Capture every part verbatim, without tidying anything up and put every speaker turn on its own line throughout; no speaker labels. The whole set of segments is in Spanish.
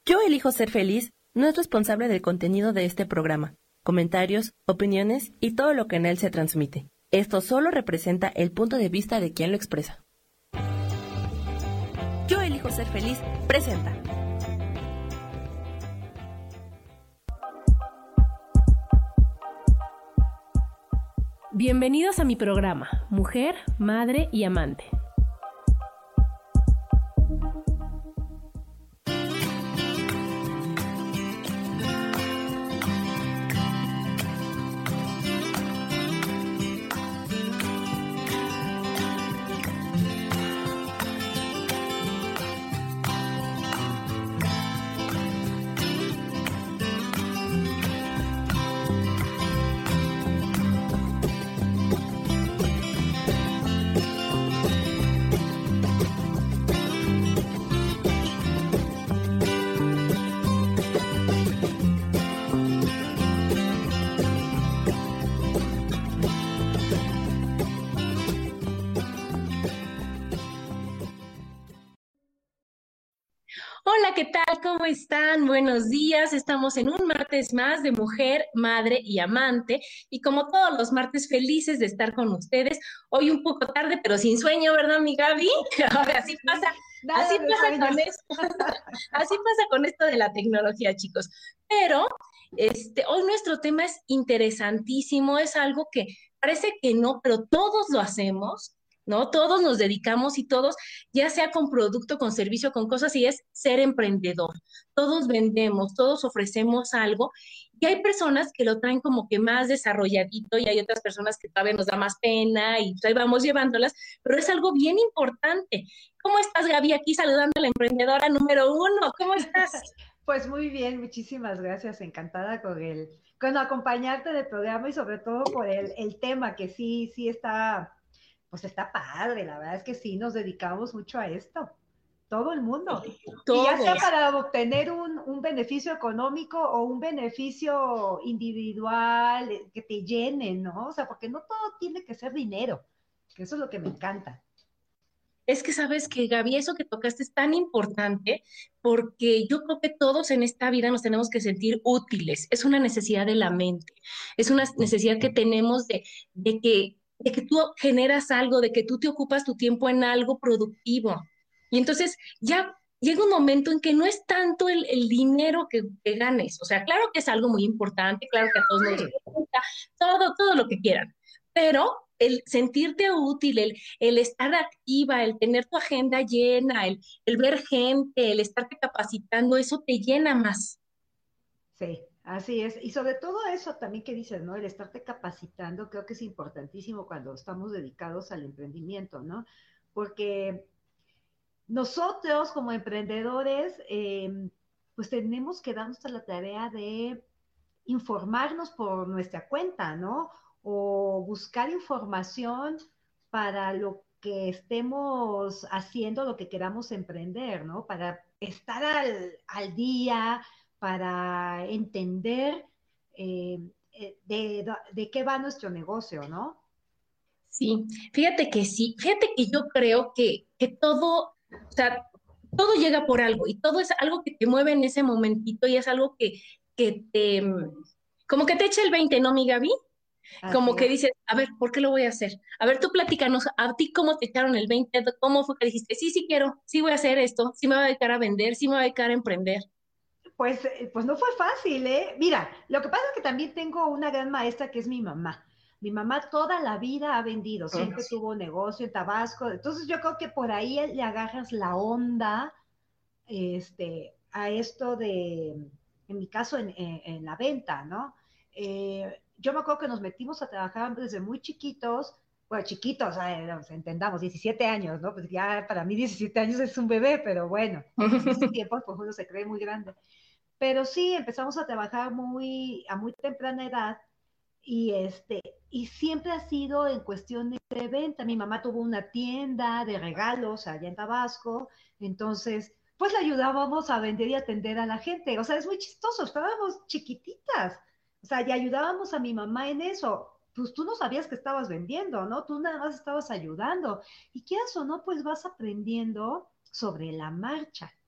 Yo elijo ser feliz no es responsable del contenido de este programa, comentarios, opiniones y todo lo que en él se transmite. Esto solo representa el punto de vista de quien lo expresa. Yo elijo ser feliz presenta.
Bienvenidos a mi programa, Mujer, Madre y Amante.
Hola, ¿qué tal? ¿Cómo están? Buenos días. Estamos en un martes más de Mujer, Madre y Amante. Y como todos los martes, felices de estar con ustedes. Hoy un poco tarde, pero sin sueño, ¿verdad, mi Gaby? Ahora así pasa,
Nada
así
de
pasa
sueños.
con esto. Así pasa con esto de la tecnología, chicos. Pero este, hoy nuestro tema es interesantísimo. Es algo que parece que no, pero todos lo hacemos. ¿No? Todos nos dedicamos y todos, ya sea con producto, con servicio, con cosas, y es ser emprendedor. Todos vendemos, todos ofrecemos algo, y hay personas que lo traen como que más desarrolladito, y hay otras personas que todavía nos da más pena, y pues ahí vamos llevándolas, pero es algo bien importante. ¿Cómo estás, Gaby? Aquí saludando a la emprendedora número uno. ¿Cómo estás?
Pues muy bien, muchísimas gracias, encantada con el, con acompañarte del programa y sobre todo por el, el tema que sí, sí está, pues está padre, la verdad es que sí nos dedicamos mucho a esto, todo el mundo. Y ya sea
Todos.
para obtener un, un beneficio económico o un beneficio individual eh, que te llene, ¿no? O sea, porque no todo tiene que ser dinero, que eso es lo que me encanta.
Es que sabes que, Gaby, eso que tocaste es tan importante porque yo creo que todos en esta vida nos tenemos que sentir útiles. Es una necesidad de la mente, es una necesidad que tenemos de, de que, de que tú generas algo, de que tú te ocupas tu tiempo en algo productivo. Y entonces ya llega un momento en que no es tanto el, el dinero que, que ganes. O sea, claro que es algo muy importante, claro que a todos nos gusta, todo, todo lo que quieran, pero el sentirte útil, el, el estar activa, el tener tu agenda llena, el, el ver gente, el estarte capacitando, eso te llena más.
Sí, así es. Y sobre todo eso también que dices, ¿no? El estarte capacitando, creo que es importantísimo cuando estamos dedicados al emprendimiento, ¿no? Porque nosotros como emprendedores, eh, pues tenemos que darnos a la tarea de informarnos por nuestra cuenta, ¿no? O buscar información para lo que estemos haciendo, lo que queramos emprender, ¿no? Para estar al, al día, para entender eh, eh, de, de qué va nuestro negocio, ¿no?
Sí, fíjate que sí, fíjate que yo creo que, que todo, o sea, todo llega por algo y todo es algo que te mueve en ese momentito y es algo que, que te, como que te echa el veinte, ¿no, mi Gaby? Como
Así
que
es.
dices, a ver, ¿por qué lo voy a hacer? A ver, tú platícanos, a ti cómo te echaron el veinte, cómo fue que dijiste, sí, sí quiero, sí voy a hacer esto, sí me voy a dedicar a vender, sí me voy a dedicar a emprender.
Pues, eh, pues no fue fácil, ¿eh? Mira, lo que pasa es que también tengo una gran maestra que es mi mamá. Mi mamá toda la vida ha vendido, siempre tuvo negocio en Tabasco, entonces yo creo que por ahí le agarras la onda este, a esto de, en mi caso, en, en, en la venta, ¿no? Eh, yo me acuerdo que nos metimos a trabajar desde muy chiquitos, bueno, chiquitos, eh, entendamos, diecisiete años, ¿no? Pues ya para mí diecisiete años es un bebé, pero bueno, en estos tiempos pues uno se cree muy grande. Pero sí, empezamos a trabajar muy, a muy temprana edad y, este, y siempre ha sido en cuestiones de venta. Mi mamá tuvo una tienda de regalos allá en Tabasco, entonces pues le ayudábamos a vender y atender a la gente. O sea, es muy chistoso, estábamos chiquititas. O sea, y ayudábamos a mi mamá en eso. Pues tú no sabías que estabas vendiendo, ¿no? Tú nada más estabas ayudando. Y quieras o no, pues vas aprendiendo sobre la marcha.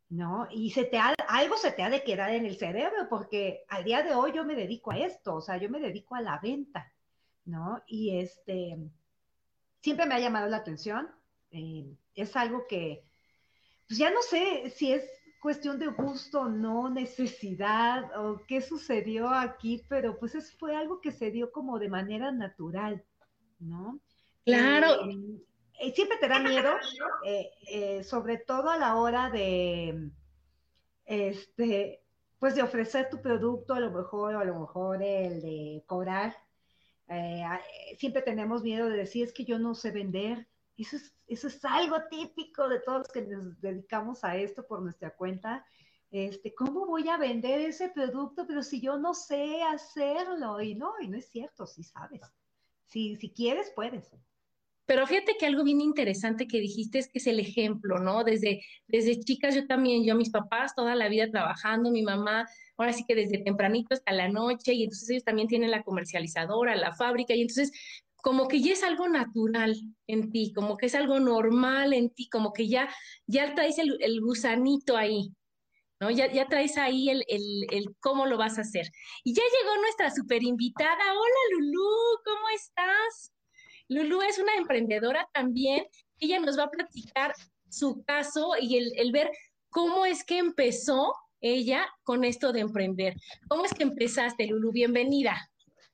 ¿no? Y se te ha, algo se te ha de quedar en el cerebro, porque al día de hoy yo me dedico a esto, o sea, yo me dedico a la venta, ¿no? Y este, siempre me ha llamado la atención, eh, es algo que, pues ya no sé si es cuestión de gusto o no, necesidad, o qué sucedió aquí, pero pues es, fue algo que se dio como de manera natural, ¿no?
Claro,
Eh, eh, siempre te da miedo, eh, eh, sobre todo a la hora de, este, pues de ofrecer tu producto, a lo mejor, o a lo mejor el de cobrar. Eh, siempre tenemos miedo de decir, es que yo no sé vender. Eso es, eso es algo típico de todos los que nos dedicamos a esto por nuestra cuenta. Este, ¿cómo voy a vender ese producto? Pero si yo no sé hacerlo, y no, y no es cierto, si sabes. Si, si quieres, puedes.
pero fíjate que algo bien interesante que dijiste es que es el ejemplo, ¿no? Desde, desde chicas yo también, yo mis papás toda la vida trabajando, mi mamá, ahora sí que desde tempranito hasta la noche, y entonces ellos también tienen la comercializadora, la fábrica, y entonces como que ya es algo natural en ti, como que es algo normal en ti, como que ya, ya traes el, el gusanito ahí, ¿no? Ya, ya traes ahí el, el, el cómo lo vas a hacer. Y ya llegó nuestra super invitada. Hola Lulú, ¿cómo estás? Lulú es una emprendedora también. Ella nos va a platicar su caso y el, el ver cómo es que empezó ella con esto de emprender. ¿Cómo es que empezaste, Lulú? Bienvenida.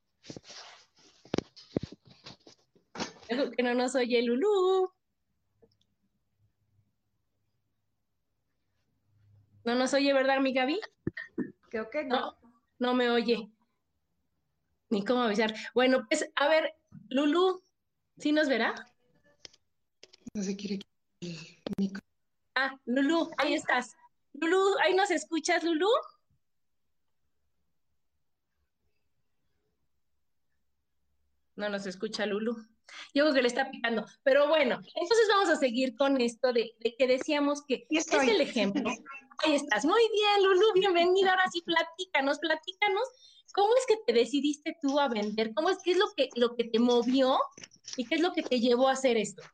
Dijo que no nos oye Lulú. No nos oye, ¿verdad, mi Gaby?
Creo que no.
No, no me oye. Ni cómo avisar. Bueno, pues a ver, Lulú, ¿sí nos verá?
No se quiere quitar el micro.
Ah, Lulú, ahí estás. Lulú, ¿ahí nos escuchas, Lulú? No nos escucha Lulú. Yo creo que le está picando. Pero bueno, entonces vamos a seguir con esto de, de que decíamos que
Y
es el
estoy.
ejemplo. Ahí estás. Muy bien, Lulú, bienvenida. Ahora sí, platícanos, platícanos. ¿Cómo es que te decidiste tú a vender? ¿Cómo es qué es lo que, lo que te movió y qué es lo que te llevó a hacer esto?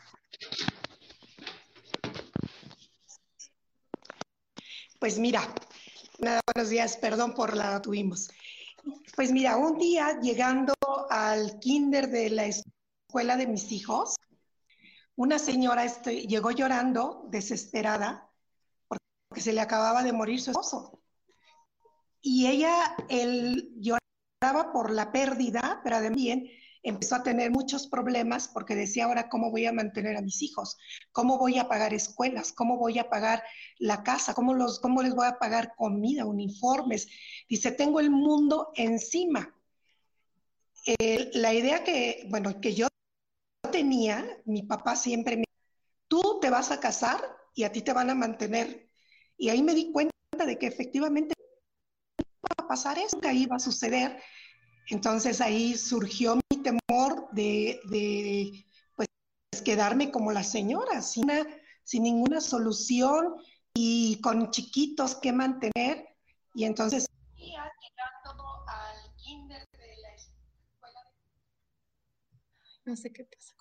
Pues mira, nada, buenos días, perdón por la tuvimos. Pues mira, un día llegando al kinder de la escuela de mis hijos, una señora este, llegó llorando, desesperada, porque se le acababa de morir su esposo. Y ella, él lloraba por la pérdida, pero también empezó a tener muchos problemas porque decía, ahora, ¿cómo voy a mantener a mis hijos? ¿Cómo voy a pagar escuelas? ¿Cómo voy a pagar la casa? ¿Cómo, los, cómo les voy a pagar comida, uniformes? Dice, tengo el mundo encima. Eh, la idea que, bueno, que yo tenía, mi papá siempre me dijo, tú te vas a casar y a ti te van a mantener. Y ahí me di cuenta de que efectivamente iba a pasar eso, que iba a suceder. Entonces ahí surgió mi temor de, de pues, quedarme como la señora, sin, una, sin ninguna solución y con chiquitos que mantener. Y entonces, llegando al kinder de la escuela.
No sé qué pasa.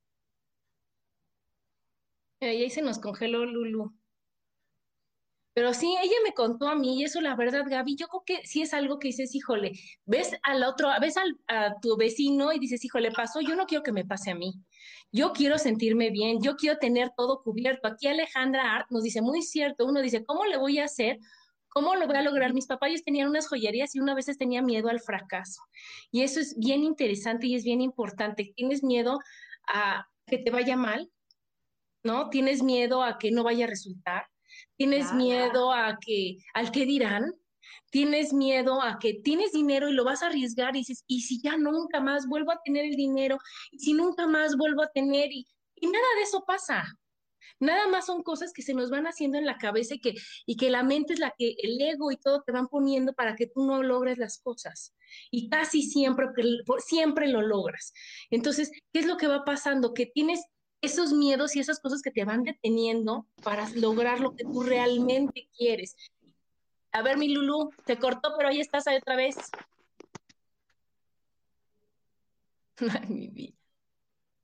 Y ahí se nos congeló Lulú. Pero sí, ella me contó a mí, y eso la verdad, Gaby, yo creo que sí es algo que dices, híjole, ves al otro, ves al, a tu vecino y dices, híjole, pasó, yo no quiero que me pase a mí. Yo quiero sentirme bien, yo quiero tener todo cubierto. Aquí Alejandra Art nos dice, muy cierto, uno dice, ¿cómo le voy a hacer? ¿Cómo lo voy a lograr? Mis papás ellos tenían unas joyerías y una vez tenía miedo al fracaso. Y eso es bien interesante y es bien importante. Tienes miedo a que te vaya mal, ¿no? Tienes miedo a que no vaya a resultar, tienes
Claro.
miedo a que, al que dirán, tienes miedo a que tienes dinero y lo vas a arriesgar y dices, y si ya nunca más vuelvo a tener el dinero, y si nunca más vuelvo a tener, y, y nada de eso pasa. Nada más son cosas que se nos van haciendo en la cabeza y que, y que la mente es la que el ego y todo te van poniendo para que tú no logres las cosas. Y casi siempre, siempre lo logras. Entonces, ¿qué es lo que va pasando? Que tienes esos miedos y esas cosas que te van deteniendo para lograr lo que tú realmente quieres. A ver, mi Lulu, te cortó, pero ahí estás ahí otra vez. Ay, mi vida.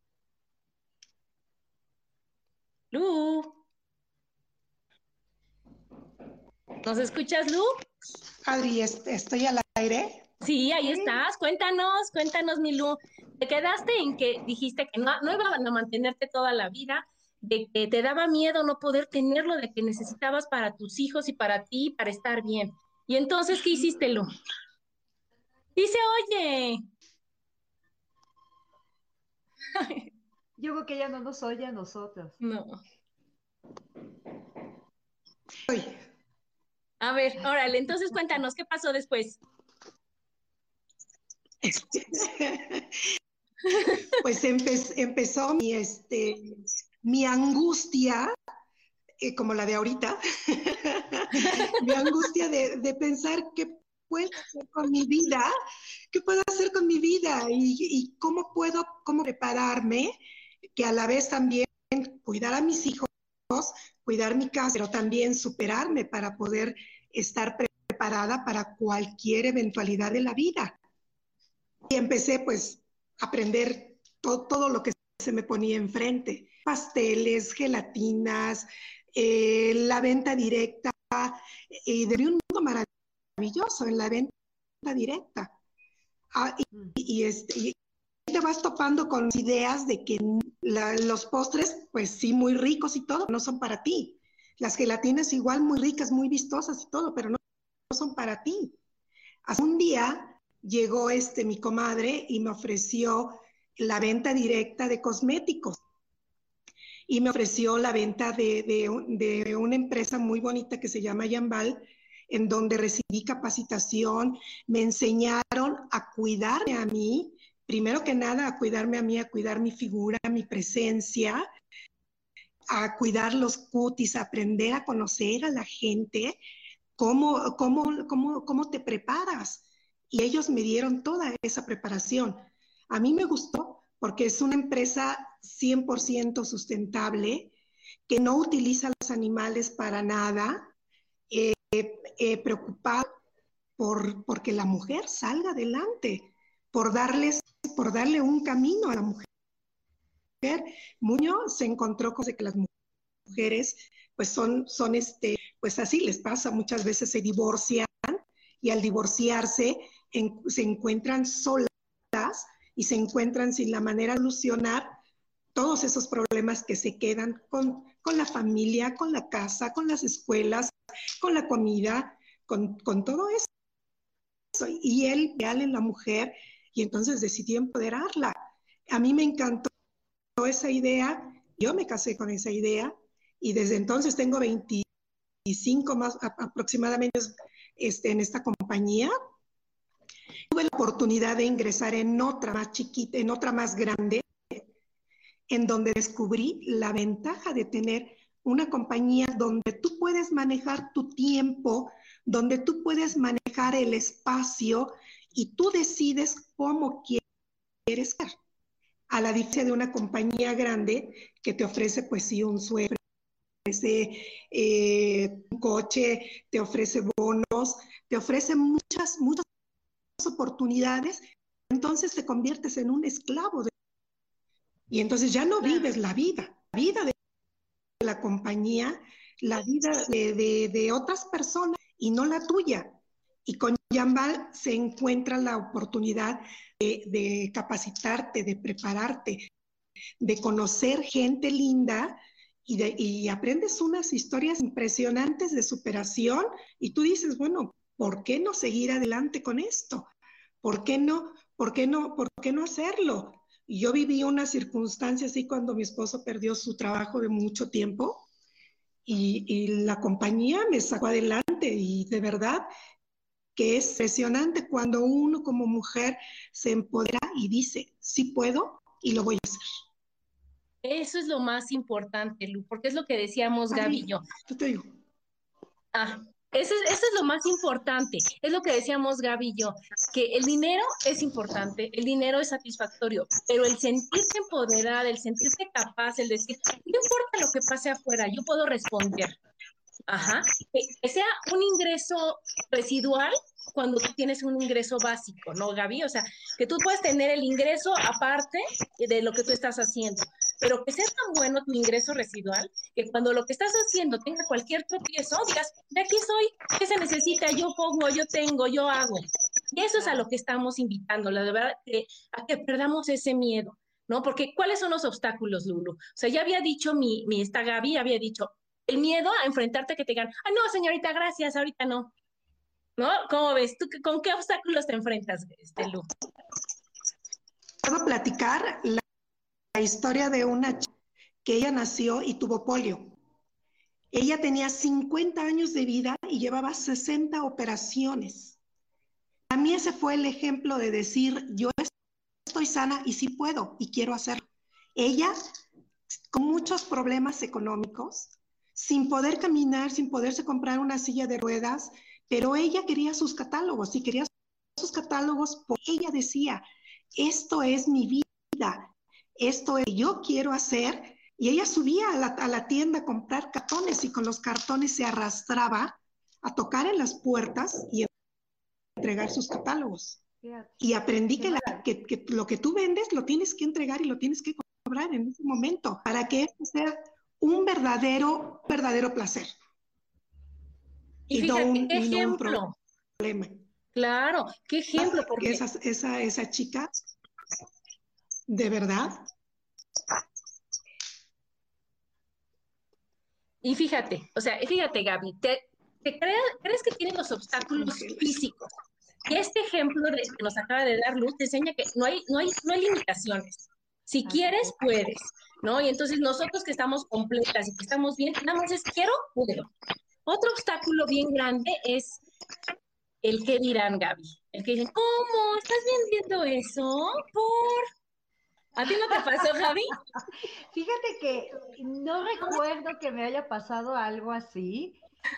Lu. ¿Nos escuchas, Lu?
Adri, ¿estoy al aire?
Sí, ahí estás. Cuéntanos, cuéntanos, mi Lu. Te quedaste en que dijiste que no, no iban a mantenerte toda la vida, de que te daba miedo no poder tenerlo, de que necesitabas para tus hijos y para ti, para estar bien. Y entonces, ¿qué hiciste, Lu? Dice, oye.
Yo creo que ella no nos oye a nosotros.
No.
Uy.
A ver, órale, entonces cuéntanos, ¿qué pasó después?
Pues empe- empezó mi, este, mi angustia, eh, como la de ahorita, mi angustia de, de pensar qué puedo hacer con mi vida, qué puedo hacer con mi vida y, y cómo puedo, cómo prepararme, que a la vez también cuidar a mis hijos, cuidar mi casa, pero también superarme para poder estar preparada para cualquier eventualidad de la vida. Y empecé pues a aprender to- todo lo que se me ponía enfrente, pasteles, gelatinas, eh, la venta directa, y de un mundo maravilloso en la venta directa. Ah, y, y, este, y te vas topando con ideas de que la, los postres, pues sí, muy ricos y todo, no son para ti. Las gelatinas igual muy ricas, muy vistosas y todo, pero no, no son para ti. Hasta un día llegó este, mi comadre y me ofreció la venta directa de cosméticos y me ofreció la venta de, de, de una empresa muy bonita que se llama Yambal, en donde recibí capacitación, me enseñaron a cuidarme a mí, primero que nada a cuidarme a mí, a cuidar mi figura, mi presencia, a cuidar los cutis, a aprender a conocer a la gente, cómo, cómo, cómo, cómo te preparas. Y ellos me dieron toda esa preparación. A mí me gustó porque es una empresa cien por ciento sustentable, que no utiliza a los animales para nada, eh, eh, preocupada por porque la mujer salga adelante, por, darles, por darle un camino a la mujer. Muñoz se encontró con que las mujeres pues son, son este, pues así les pasa, muchas veces se divorcian y al divorciarse en, se encuentran solas y se encuentran sin la manera de solucionar todos esos problemas que se quedan con, con la familia, con la casa, con las escuelas, con la comida, con, con todo eso. Y él, real en la mujer, y entonces decidió empoderarla. A mí me encantó esa idea, yo me casé con esa idea, y desde entonces tengo veinticinco más aproximadamente este, en esta compañía. Tuve la oportunidad de ingresar en otra más chiquita, en otra más grande, en donde descubrí la ventaja de tener una compañía donde tú puedes manejar tu tiempo, donde tú puedes manejar el espacio y tú decides cómo quieres ser. A la diferencia de una compañía grande que te ofrece, pues sí, un sueldo, te ofrece eh, un coche, te ofrece bonos, te ofrece muchas, muchas oportunidades, entonces te conviertes en un esclavo de... y entonces ya no vives la vida, la vida de la compañía, la vida de, de, de otras personas y no la tuya. Y con Yambal se encuentra la oportunidad de, de capacitarte, de prepararte, de conocer gente linda y, de, y aprendes unas historias impresionantes de superación y tú dices, bueno, ¿por qué no seguir adelante con esto? ¿Por qué no, por qué no, por qué no hacerlo? Y yo viví una circunstancia así cuando mi esposo perdió su trabajo de mucho tiempo y, y la compañía me sacó adelante y de verdad que es impresionante cuando uno como mujer se empodera y dice, sí puedo y lo voy a hacer.
Eso es lo más importante, Lu, porque es lo que decíamos Gaby y yo.
Yo te digo.
Ah, eso es, eso es lo más importante, es lo que decíamos Gaby y yo, que el dinero es importante, el dinero es satisfactorio, pero el sentirte empoderada, el sentirte capaz, el decir, no importa lo que pase afuera, yo puedo responder. Ajá, que, que sea un ingreso residual cuando tú tienes un ingreso básico, ¿no, Gaby? O sea, que tú puedes tener el ingreso aparte de lo que tú estás haciendo, pero que sea tan bueno tu ingreso residual que cuando lo que estás haciendo tenga cualquier tropiezo, digas, de aquí soy, ¿qué se necesita? Yo pongo, yo tengo, yo hago. Y eso es a lo que estamos invitando, la verdad, que, a que perdamos ese miedo, ¿no? Porque ¿cuáles son los obstáculos, Lulu? O sea, ya había dicho mi, mi esta Gaby, había dicho, el miedo a enfrentarte a que te digan, ah, no, señorita, gracias, ahorita no. ¿No? ¿Cómo ves? ¿Tú con qué obstáculos te enfrentas, este, Lu?
Puedo platicar la, la historia de una chica que ella nació y tuvo polio. Ella tenía cincuenta años de vida y llevaba sesenta operaciones. A mí ese fue el ejemplo de decir, yo estoy sana y sí puedo y quiero hacerlo. Ella, con muchos problemas económicos, sin poder caminar, sin poderse comprar una silla de ruedas, pero ella quería sus catálogos y quería sus catálogos porque ella decía, esto es mi vida, esto es lo que yo quiero hacer. Y ella subía a la, a la tienda a comprar cartones y con los cartones se arrastraba a tocar en las puertas y entregar sus catálogos. Y aprendí que, la, que, que lo que tú vendes lo tienes que entregar y lo tienes que cobrar en ese momento para que esto sea un verdadero, verdadero placer.
Y, y fíjate, no un, qué ejemplo.
No un problema.
Claro, qué ejemplo. Porque
esa, esa, esa chica, de verdad.
Y fíjate, o sea, fíjate, Gaby, te, te crees, crees que tienen los obstáculos físicos. Y este ejemplo de, que nos acaba de dar Luz te enseña que no hay, no hay, no hay limitaciones. Si quieres, puedes, ¿no? Y entonces nosotros que estamos completas y que estamos bien, nada más es quiero, puedo. Otro obstáculo bien grande es el que dirán, Gaby. El que dicen, ¿cómo? ¿Estás vendiendo eso? ¿Por...? ¿A ti no te pasó, Javi?
Fíjate que no recuerdo que me haya pasado algo así.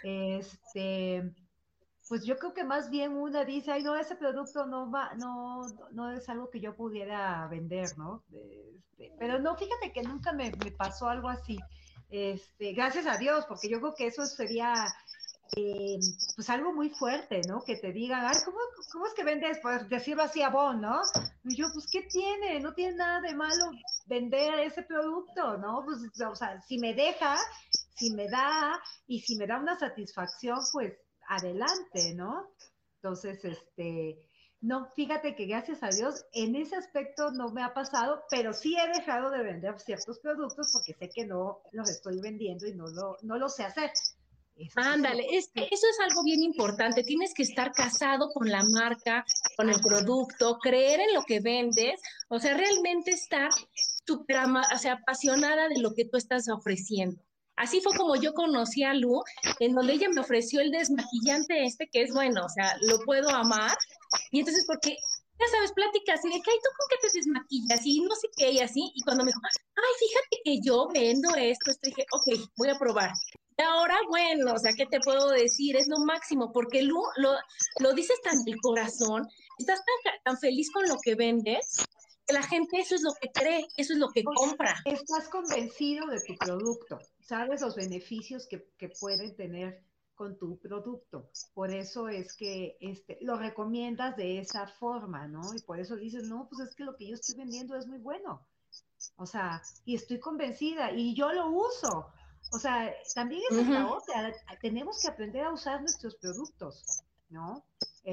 Este, pues yo creo que más bien una dice, ay, no, ese producto no va, no, no es algo que yo pudiera vender, ¿no? Este, pero no, fíjate que nunca me, me pasó algo así. Este, gracias a Dios, porque yo creo que eso sería Eh, pues algo muy fuerte, ¿no? Que te digan, ay, ¿cómo, cómo es que vendes? Pues decirlo así a Bon, ¿no? Y yo, pues, ¿qué tiene? No tiene nada de malo vender ese producto, ¿no? Pues, o sea, si me deja, si me da, y si me da una satisfacción, pues, adelante, ¿no? Entonces, este, no, fíjate que gracias a Dios, en ese aspecto no me ha pasado, pero sí he dejado de vender ciertos productos porque sé que no los estoy vendiendo y no lo, no lo sé hacer.
Eso Ándale, es que eso es algo bien importante. Tienes que estar casado con la marca, con el producto, creer en lo que vendes, o sea, realmente estar súper o sea, apasionada de lo que tú estás ofreciendo. Así fue como yo conocí a Lu, en donde ella me ofreció el desmaquillante este, que es bueno, o sea, lo puedo amar. Y entonces, porque, ya sabes, pláticas y de que, ay, ¿tú con qué te desmaquillas? Y no sé qué, y así. Y cuando me dijo, ay, fíjate que yo vendo esto, esto dije, ok, voy a probar. Y ahora, bueno, o sea, ¿qué te puedo decir? Es lo máximo, porque Lu, lo, lo dices tan del corazón, estás tan, tan feliz con lo que vendes, que la gente eso es lo que cree, eso es lo que compra.
Estás convencido de tu producto, sabes los beneficios que, que pueden tener con tu producto. Por eso es que este, lo recomiendas de esa forma, ¿no? Y por eso dices, no, pues es que lo que yo estoy vendiendo es muy bueno. O sea, y estoy convencida y yo lo uso. O sea, también esa es la otra. Tenemos que aprender a usar nuestros productos, ¿no?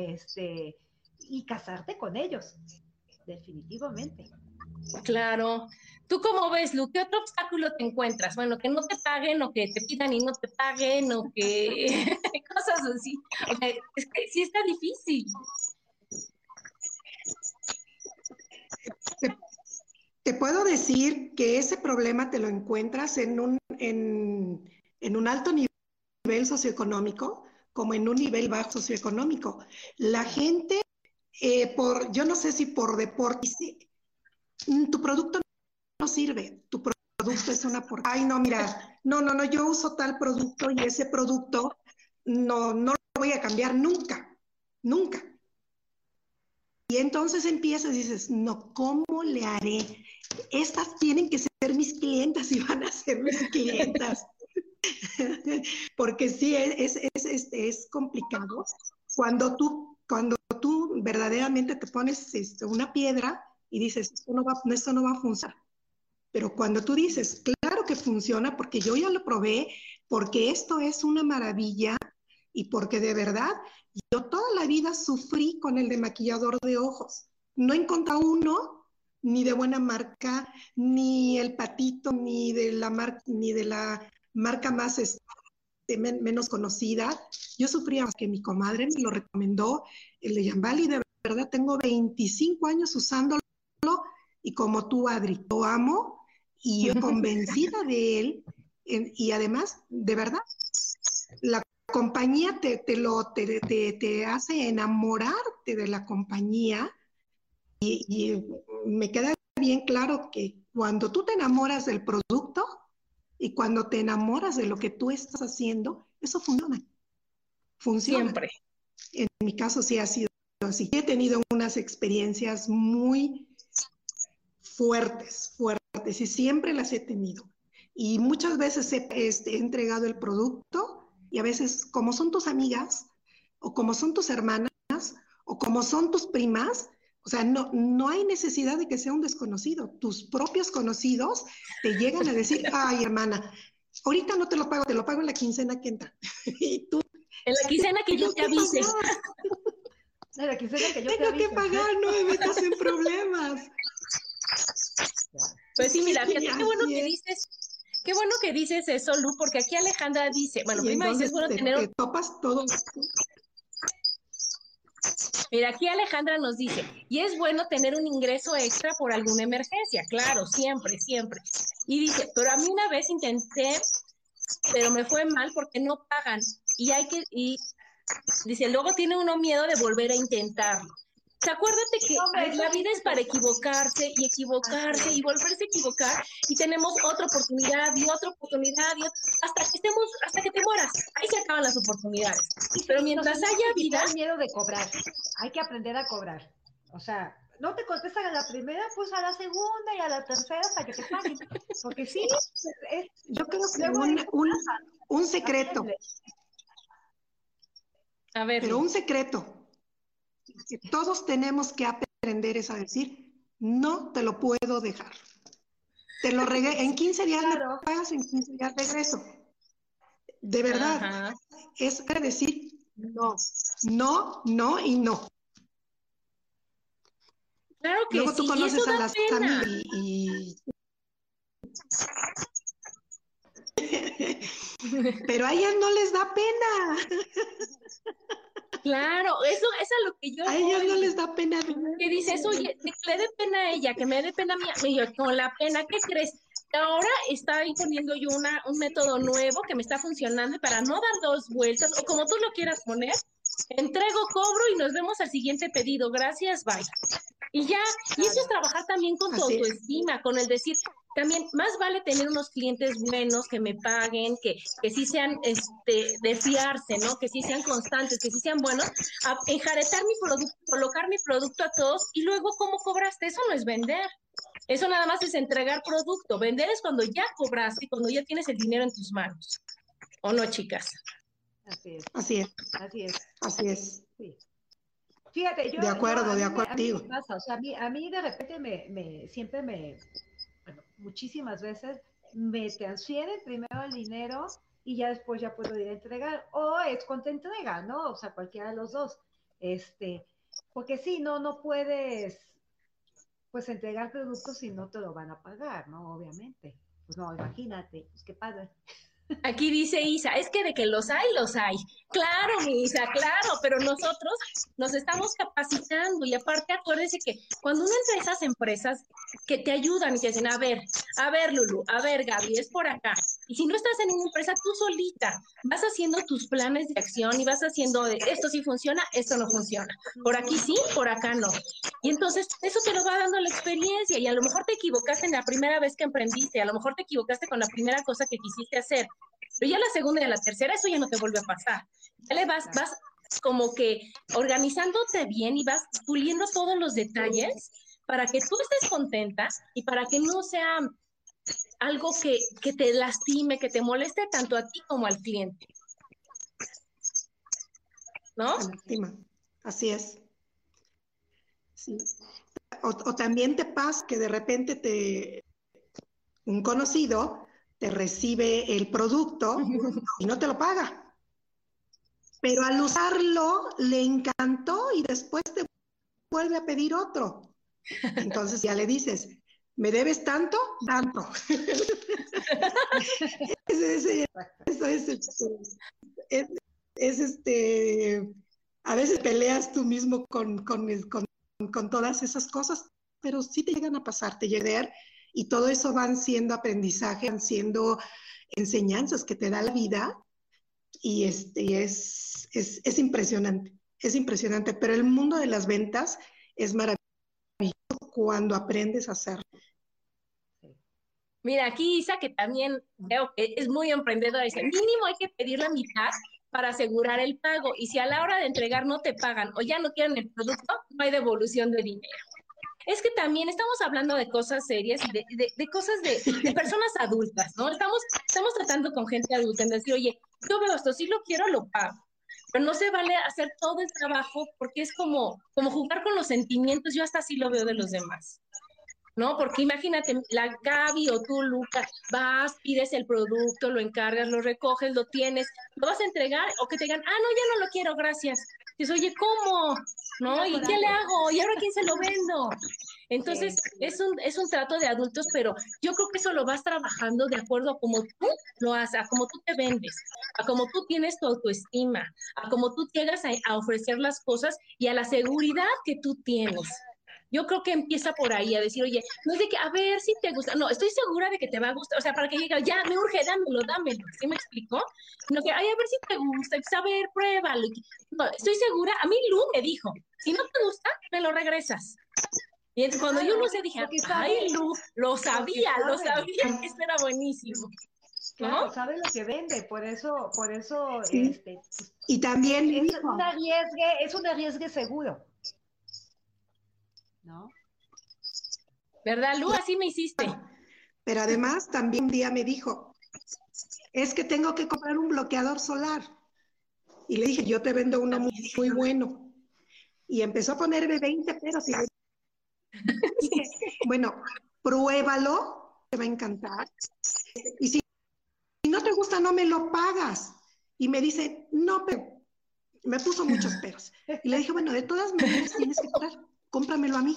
Este, y casarte con ellos, definitivamente.
Claro. ¿Tú cómo ves, Lu? ¿Qué otro obstáculo te encuentras? Bueno, que no te paguen o que te pidan y no te paguen o que cosas así. O sea, es que sí está difícil.
Te, te puedo decir que ese problema te lo encuentras en un, en, en un alto nivel socioeconómico como en un nivel bajo socioeconómico. La gente, eh, por, yo no sé si por deporte, tu producto no sirve, tu producto es una porquería. Ay, no, mira, no, no, no, yo uso tal producto y ese producto no, no lo voy a cambiar nunca, nunca. Y entonces empiezas y dices, no, ¿cómo le haré? Estas tienen que ser mis clientas y van a ser mis clientas. Porque sí, es, es, es, es complicado. Cuando tú, cuando tú verdaderamente te pones este, una piedra y dices, esto no va, esto no va a funcionar. Pero cuando tú dices, claro que funciona, porque yo ya lo probé, porque esto es una maravilla y porque de verdad yo toda la vida sufrí con el demaquillador de ojos. No encontré uno ni de buena marca, ni el Patito, ni de la, mar ni de la marca más este, men menos conocida. Yo sufría más que mi comadre me lo recomendó, el de Yambali. De verdad tengo veinticinco años usándolo y como tú, Adri, lo amo y yo convencida de él. En, y además, de verdad, la compañía te, te, lo, te, te, te hace enamorarte de la compañía y, y me queda bien claro que cuando tú te enamoras del producto y cuando te enamoras de lo que tú estás haciendo, eso funciona. Funciona.
Siempre.
En mi caso sí ha sido así. He tenido unas experiencias muy fuertes, fuertes, y siempre las he tenido. Y muchas veces he, este, he entregado el producto y a veces, como son tus amigas, o como son tus hermanas, o como son tus primas, o sea, no, no hay necesidad de que sea un desconocido. Tus propios conocidos te llegan a decir, ay, hermana, ahorita no te lo pago, te lo pago en la quincena que entra. Y tú,
en la quincena que yo te avise.
En la quincena que yo
tengo
te avise.
que pagar, no me metas en problemas.
Pues sí, mira, fíjate,
Sí,
qué bueno
así
que
es.
dices, qué bueno que dices eso, Lu, porque aquí Alejandra dice, bueno,
Y
primero dice,
entonces
es bueno
te,
tener un...
te topas todo.
Mira, aquí Alejandra nos dice, y es bueno tener un ingreso extra por alguna emergencia, claro, siempre, siempre. Y dice, pero a mí una vez intenté, pero me fue mal porque no pagan. Y hay que, y dice, luego tiene uno miedo de volver a intentarlo. O sea, acuérdate que
Hombre, eso
la
sí
vida es
es
para
cierto.
equivocarse y
Así
equivocarse
es.
y volverse a equivocar y tenemos otra oportunidad y otra oportunidad y otra, hasta que estemos, hasta que te mueras. Ahí se acaban las oportunidades.
Y, se-
Pero
y nos
mientras
tenemos
haya
que
vida,
quitar el miedo de cobrar. Hay que aprender a cobrar. O sea, no te contestan a la primera, pues a la segunda y a la tercera hasta que te paguen. Porque sí, es,
Yo creo que
luego
un,
eso
un,
pasa.
un secreto,
Aprende.
a ver,
pero
Lu.
un secreto que todos tenemos que aprender es a decir, no te lo puedo dejar. Te lo regué, en quince días me
Claro.
pagas, en quince días regreso. De verdad,
Ajá.
es decir, no, no, no y no.
Claro que
Luego tú
sí, y eso
conoces a
da
las
pena.
amigas y, y... pero a ellas no les da pena.
Claro, eso es a lo que yo
A ellas no
voy.
les da pena.
Que dices, oye, que le dé pena a ella, que me dé pena a mí. Me digo, con la pena, ¿qué crees? Ahora está imponiendo yo una, un método nuevo que me está funcionando y para no dar dos vueltas, o como tú lo quieras poner, entrego, cobro y nos vemos al siguiente pedido. Gracias, bye. Y ya, y eso es trabajar también con tu
Así es.
autoestima, con el decir, también más vale tener unos clientes buenos que me paguen, que, que sí sean este, de fiarse, ¿no? Que sí sean constantes, que sí sean buenos, a enjaretar mi producto, colocar mi producto a todos y luego cómo cobraste. Eso no es vender. Eso nada más es entregar producto. Vender es cuando ya cobraste, cuando ya tienes el dinero en tus manos. ¿O no, chicas?
Así es.
Así es.
Así es.
Así es.
Sí. Fíjate, yo,
De acuerdo,
yo, a
de
mí,
acuerdo
a mí me
contigo.
pasa, o sea, a mí, a mí de repente me, me, siempre me, bueno, muchísimas veces me transfieren primero el dinero y ya después ya puedo ir a entregar, o es con tu entrega, ¿no? O sea, cualquiera de los dos, este, porque sí, no, no puedes, pues entregar productos si no te lo van a pagar, ¿no? Obviamente, pues no, imagínate, pues qué padre.
Aquí dice Isa, es que de que los hay, los hay. Claro, mi Isa, claro, pero nosotros nos estamos capacitando y aparte acuérdense que cuando uno entra a esas empresas que te ayudan y te dicen, a ver, a ver, Lulu, a ver, Gaby, es por acá. Y si no estás en una empresa, tú solita vas haciendo tus planes de acción y vas haciendo de esto sí funciona, esto no funciona. Por aquí sí, por acá no. Y entonces eso te lo va dando la experiencia y a lo mejor te equivocaste en la primera vez que emprendiste, a lo mejor te equivocaste con la primera cosa que quisiste hacer, pero ya la segunda y la tercera eso ya no te vuelve a pasar. Ya le vas, vas como que organizándote bien y vas puliendo todos los detalles para que tú estés contenta y para que no sea algo que, que te lastime, que te moleste tanto a ti como al cliente. ¿No?
Lástima. Así es. Sí. O, o también te pasa que de repente te, un conocido te recibe el producto y no te lo paga. Pero al usarlo le encantó y después te vuelve a pedir otro. Entonces ya le dices, ¿me debes tanto? Tanto. es, es, eso es, es, es este, a veces peleas tú mismo con, con, con, con todas esas cosas, pero sí te llegan a pasar, te llegan, y todo eso van siendo aprendizaje, van siendo enseñanzas que te da la vida, y este, es, es, es impresionante, es impresionante, pero el mundo de las ventas es maravilloso cuando aprendes a hacerlo.
Mira, aquí Isa, que también veo que es muy emprendedora, dice, mínimo hay que pedir la mitad para asegurar el pago, y si a la hora de entregar no te pagan o ya no quieren el producto, no hay devolución de dinero. Es que también estamos hablando de cosas serias y de, de, de cosas de, de personas adultas, ¿no? Estamos, estamos tratando con gente adulta en decir, oye, yo veo esto, si lo quiero, lo pago. Pero no se vale hacer todo el trabajo porque es como, como jugar con los sentimientos, yo hasta así lo veo de los demás, ¿no? Porque imagínate, la Gaby o tú, Luca, vas, pides el producto, lo encargas, lo recoges, lo tienes, lo vas a entregar o que te digan, ah, no, ya no lo quiero, gracias. Dices, oye, ¿cómo? ¿No? ¿Y qué le hago? ¿Y ahora quién se lo vendo? Entonces, sí. es, un, es un trato de adultos, pero yo creo que eso lo vas trabajando de acuerdo a cómo tú lo haces, a cómo tú te vendes, a cómo tú tienes tu autoestima, a cómo tú llegas a, a ofrecer las cosas y a la seguridad que tú tienes. Yo creo que empieza por ahí, a decir, oye, no es de que, a ver si te gusta, no, estoy segura de que te va a gustar, o sea, para que llegue, ya, me urge, dámelo, dámelo, ¿sí me explicó? No que, ay, a ver si te gusta, a ver, pruébalo. No, estoy segura, a mí Lu me dijo, si no te gusta, me lo regresas. Y entonces, cuando claro, yo lo sé, dije, ay, Lu, lo sabía, lo sabía que esto era buenísimo. ¿No?
Claro, sabe lo que vende, por eso, por eso,
sí.
este,
y también
es, es un arriesgue, es un arriesgue seguro. ¿No?
¿Verdad, Lu? Así me hiciste.
Pero además también un día me dijo, es que tengo que comprar un bloqueador solar. Y le dije, yo te vendo uno muy, muy bueno. Y empezó a ponerme veinte pesos. Y le dije, bueno, pruébalo, te va a encantar. Y si no te gusta, no me lo pagas. Y me dice, no, pero me puso muchos peros. Y le dije, bueno, de todas maneras tienes que comprar, cómpramelo a mí.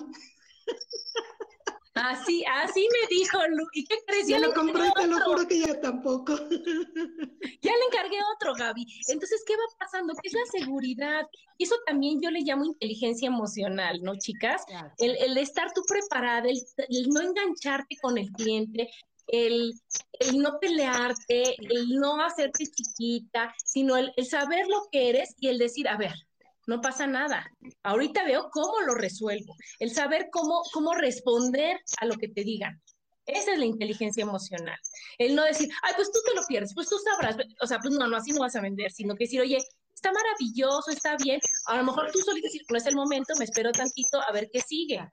Así, así me dijo Lu. ¿Y qué crees?
Ya, ya lo compré y te lo juro que ya tampoco.
Ya le encargué otro, Gaby. Entonces, ¿qué va pasando? ¿Qué es la seguridad? Y eso también yo le llamo inteligencia emocional, ¿no, chicas? Claro. El, el estar tú preparada, el, el no engancharte con el cliente, el, el no pelearte, el no hacerte chiquita, sino el, el saber lo que eres y el decir, a ver, no pasa nada. Ahorita veo cómo lo resuelvo. El saber cómo, cómo responder a lo que te digan. Esa es la inteligencia emocional. El no decir, ay, pues tú te lo pierdes, pues tú sabrás. O sea, pues no, no, así no vas a vender, sino que decir, oye, está maravilloso, está bien. A lo mejor tú solito decir, no es el momento, me espero tantito a ver qué sigue.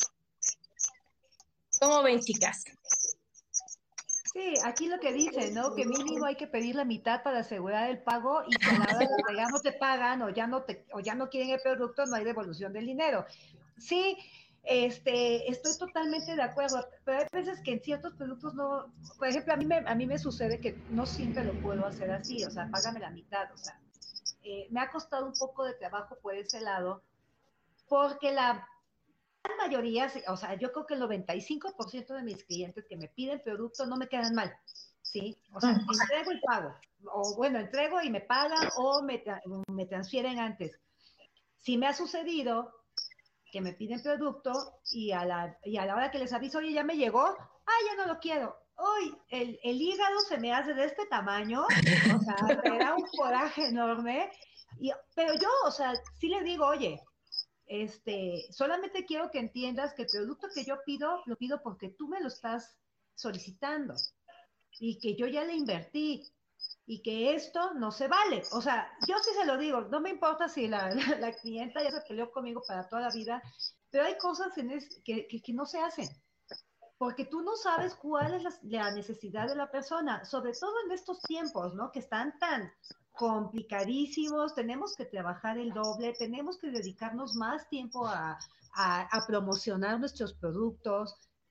¿Cómo ven, chicas?
Sí, aquí lo que dice, ¿no? Que mínimo hay que pedir la mitad para asegurar el pago y que a la hora de ya no te pagan o ya no te, o ya no quieren el producto, no hay devolución del dinero. Sí, este, estoy totalmente de acuerdo, pero hay veces que en ciertos productos no, por ejemplo, a mí me, a mí me sucede que no siempre lo puedo hacer así, o sea, págame la mitad, o sea, eh, me ha costado un poco de trabajo por ese lado, porque la mayoría, o sea, yo creo que el noventa y cinco por ciento de mis clientes que me piden producto no me quedan mal, ¿sí? O sea, entrego y pago, o bueno, entrego y me pagan o me, me transfieren antes. Sí me ha sucedido que me piden producto y a la, y a la hora que les aviso, oye, ya me llegó, ah, ya no lo quiero. Uy, el, el hígado se me hace de este tamaño, o sea, me da un coraje enorme, y, pero yo, o sea, sí le digo, oye, este, solamente quiero que entiendas que el producto que yo pido, lo pido porque tú me lo estás solicitando y que yo ya le invertí y que esto no se vale. O sea, yo sí se lo digo, no me importa si la, la, la clienta ya se peleó conmigo para toda la vida, pero hay cosas en es, que, que, que no se hacen, porque tú no sabes cuál es la, la necesidad de la persona, sobre todo en estos tiempos, ¿no? Que están tan complicadísimos, tenemos que trabajar el doble, tenemos que dedicarnos más tiempo a, a, a promocionar nuestros productos,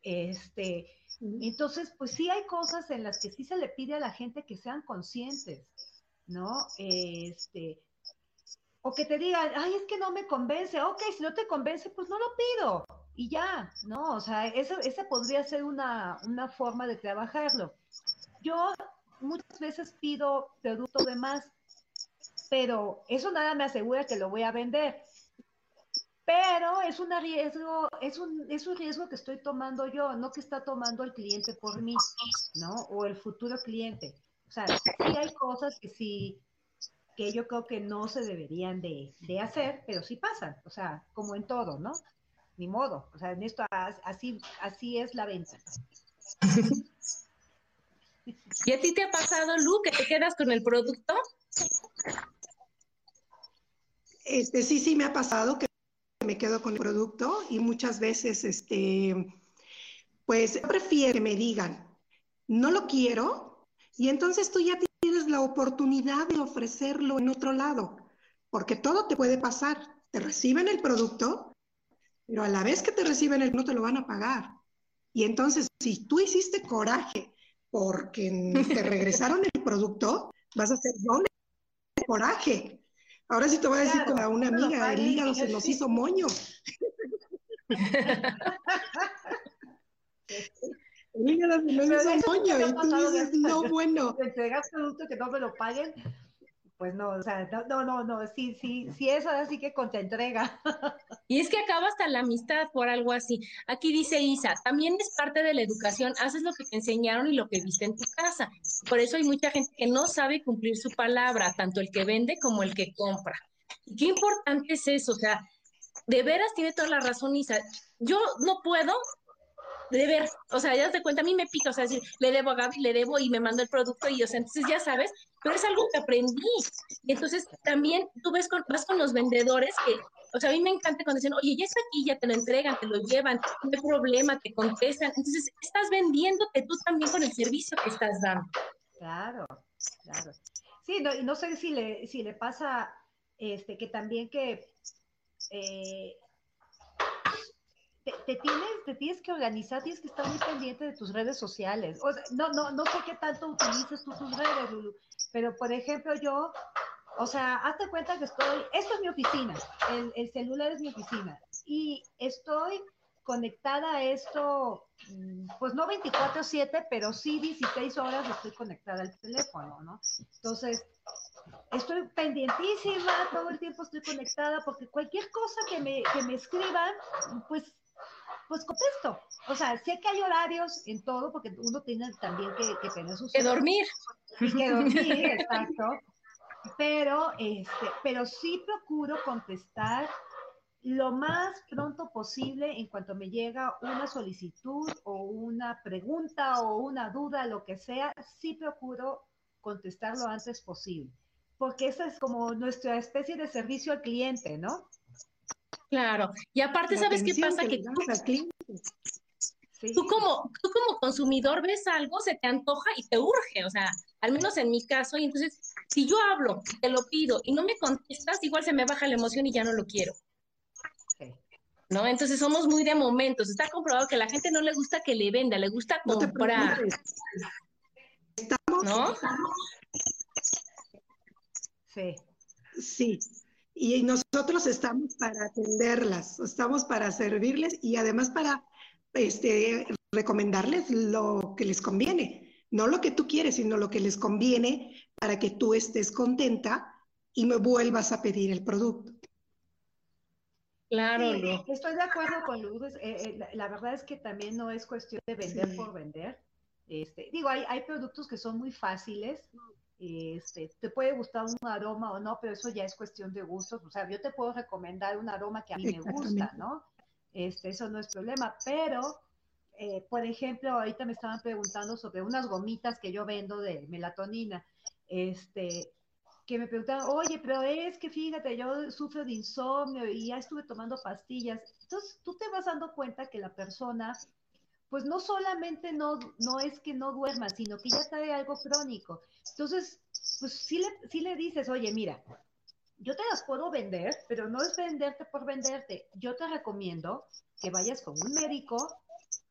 Este, entonces, pues sí hay cosas en las que sí se le pide a la gente que sean conscientes, ¿no? Este, o que te digan, ay, es que no me convence. Ok, si no te convence, pues no lo pido. Y ya, ¿no? O sea, eso, esa podría ser una, una forma de trabajarlo. Yo muchas veces pido producto de más, pero eso nada me asegura que lo voy a vender. Pero es un riesgo, es un, es un riesgo que estoy tomando yo, no que está tomando el cliente por mí, ¿no? O el futuro cliente. O sea, sí hay cosas que sí, que yo creo que no se deberían de, de hacer, pero sí pasan, o sea, como en todo, ¿no? Ni modo, o sea, en esto así, así es la venta.
¿Y a ti te ha pasado, Lu, que te quedas con el producto?
Este, sí, sí me ha pasado que me quedo con el producto y muchas veces, este, pues prefiero que me digan, no lo quiero, y entonces tú ya tienes la oportunidad de ofrecerlo en otro lado, porque todo te puede pasar. Te reciben el producto, pero a la vez que te reciben el no te lo van a pagar. Y entonces, si tú hiciste coraje porque te regresaron el producto, vas a hacer doble coraje. Ahora sí te voy a decir,
Claro,
como a una
no
amiga, el hígado se nos hizo moño. El hígado se nos
Pero
hizo
eso nunca
moño
me ha
y tú
pasado de
dices, no, bueno.
entregar producto que no me lo paguen, pues no, o sea, no, no, no, no, sí, sí, sí, eso así que con te entrega.
Y es que acaba hasta la amistad por algo así. Aquí dice Isa, también es parte de la educación, haces lo que te enseñaron y lo que viste en tu casa. Por eso hay mucha gente que no sabe cumplir su palabra, tanto el que vende como el que compra. Y qué importante es eso, o sea, de veras tiene toda la razón Isa. Yo no puedo deber, o sea, ya te cuenta, a mí me pica, o sea, decir, le debo a Gaby, le debo y me mando el producto y, o sea, entonces ya sabes, pero es algo que aprendí. Y entonces también tú ves con, vas con los vendedores que, o sea, a mí me encanta cuando dicen, oye, ya está aquí, ya te lo entregan, te lo llevan, no hay problema, te contestan. Entonces, estás vendiéndote tú también con el servicio que estás dando.
Claro, claro. Sí, no, y no sé si le, si le pasa este, que también que eh, te, te, tienes, te tienes que organizar, tienes que estar muy pendiente de tus redes sociales. O sea, no, no, no sé qué tanto utilices tú tus redes, Lulu, pero por ejemplo yo, o sea, hazte cuenta que estoy, esto es mi oficina, el, el celular es mi oficina, y estoy conectada a esto, pues no veinticuatro siete, pero sí dieciséis horas estoy conectada al teléfono, ¿no? Entonces, estoy pendientísima, todo el tiempo estoy conectada, porque cualquier cosa que me, que me escriban, pues pues contesto. O sea, sé que hay horarios en todo, porque uno tiene también que, que tener sus...
Que dormir.
Y que dormir, exacto. Pero, este, pero sí procuro contestar lo más pronto posible en cuanto me llega una solicitud o una pregunta o una duda, lo que sea, sí procuro contestar lo antes posible. Porque esa es como nuestra especie de servicio al cliente, ¿no?
Claro. Y aparte,
La
¿sabes qué
atención
pasa?
que
Que
le damos al cliente.
Sí.
tú como, tú como consumidor ves algo, se te antoja y te urge, o sea, al menos en mi caso, y entonces, si yo hablo, te lo pido y no me contestas, igual se me baja la emoción y ya no lo quiero,
Sí.
¿no? Entonces somos muy de momentos, está comprobado que a la gente no le gusta que le venda, le gusta
No te
comprar,
preocupes. Estamos,
¿no?
Sí.
sí. Y nosotros estamos para atenderlas, estamos para servirles y además para este, recomendarles lo que les conviene. No lo que tú quieres, sino lo que les conviene para que tú estés contenta y me vuelvas a pedir el producto.
Claro,
Sí,
Lu.
estoy de acuerdo con Luz. Eh, eh, la, la verdad es que también no es cuestión de vender
Sí.
por vender. Este, digo, hay, hay productos que son muy fáciles. Este, te puede gustar un aroma o no, pero eso ya es cuestión de gustos. O sea, yo te puedo recomendar un aroma que a mí me gusta,
Exactamente.
¿no? Este, eso no es problema. Pero, eh, por ejemplo, ahorita me estaban preguntando sobre unas gomitas que yo vendo de melatonina. Este, que me preguntaban, oye, pero es que fíjate, yo sufro de insomnio y ya estuve tomando pastillas. Entonces, tú te vas dando cuenta que la persona, pues no solamente no, no es que no duerma, sino que ya trae algo crónico. Entonces, pues sí le, sí le dices, oye, mira, yo te las puedo vender, pero no es venderte por venderte. Yo te recomiendo que vayas con un médico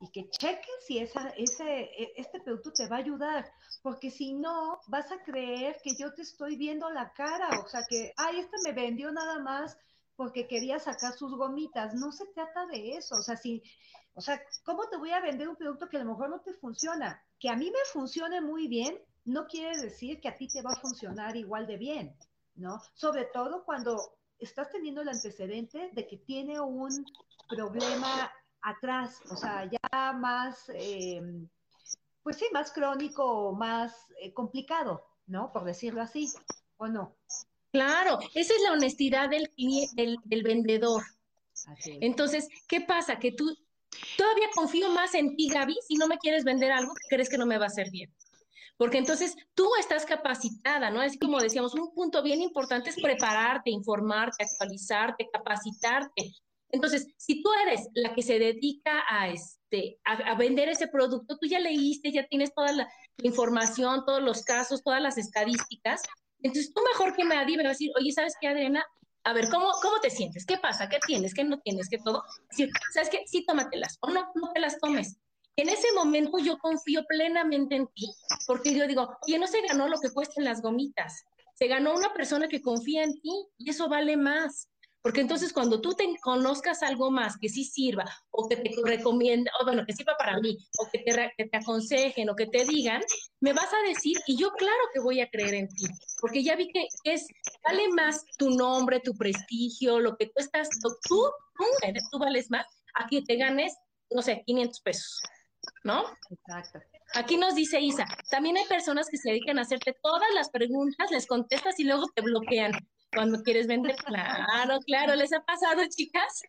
y que cheques si esa, ese, este producto te va a ayudar, porque si no, vas a creer que yo te estoy viendo la cara, o sea que, ay, este me vendió nada más porque quería sacar sus gomitas. No se trata de eso, o sea, si, o sea, ¿cómo te voy a vender un producto que a lo mejor no te funciona? Que a mí me funcione muy bien, no quiere decir que a ti te va a funcionar igual de bien, ¿no? Sobre todo cuando estás teniendo el antecedente de que tiene un problema atrás, o sea, ya más, eh, pues sí, más crónico o más eh, complicado, ¿no? Por decirlo así, ¿o no?
Claro, esa es la honestidad del, del, del vendedor.
Así es.
Entonces, ¿qué pasa? Que tú todavía confío más en ti, Gaby, si no me quieres vender algo que crees que no me va a hacer bien. Porque entonces tú estás capacitada, ¿no? Es como decíamos, un punto bien importante es prepararte, informarte, actualizarte, capacitarte. Entonces, si tú eres la que se dedica a, este, a, a vender ese producto, tú ya leíste, ya tienes toda la información, todos los casos, todas las estadísticas. Entonces, tú mejor que nadie me vas a decir, oye, ¿sabes qué, Adriana? A ver, ¿cómo, ¿cómo te sientes? ¿Qué pasa? ¿Qué tienes? ¿Qué no tienes? ¿Qué todo? Es decir, ¿sabes qué? Sí, tómatelas o no, no te las tomes. En ese momento yo confío plenamente en ti, porque yo digo, oye, no se ganó lo que cuestan las gomitas, se ganó una persona que confía en ti y eso vale más. Porque entonces cuando tú te conozcas algo más que sí sirva, o que te recomienda, o bueno, que sirva para mí, o que te, que te aconsejen, o que te digan, me vas a decir, y yo claro que voy a creer en ti, porque ya vi que es, vale más tu nombre, tu prestigio, lo que tú estás, tú, tú, tú vales más a que te ganes, no sé, quinientos pesos. ¿No?
Exacto.
Aquí nos dice Isa, también hay personas que se dedican a hacerte todas las preguntas, les contestas y luego te bloquean cuando quieres vender. Claro, claro, ¿les ha pasado, chicas?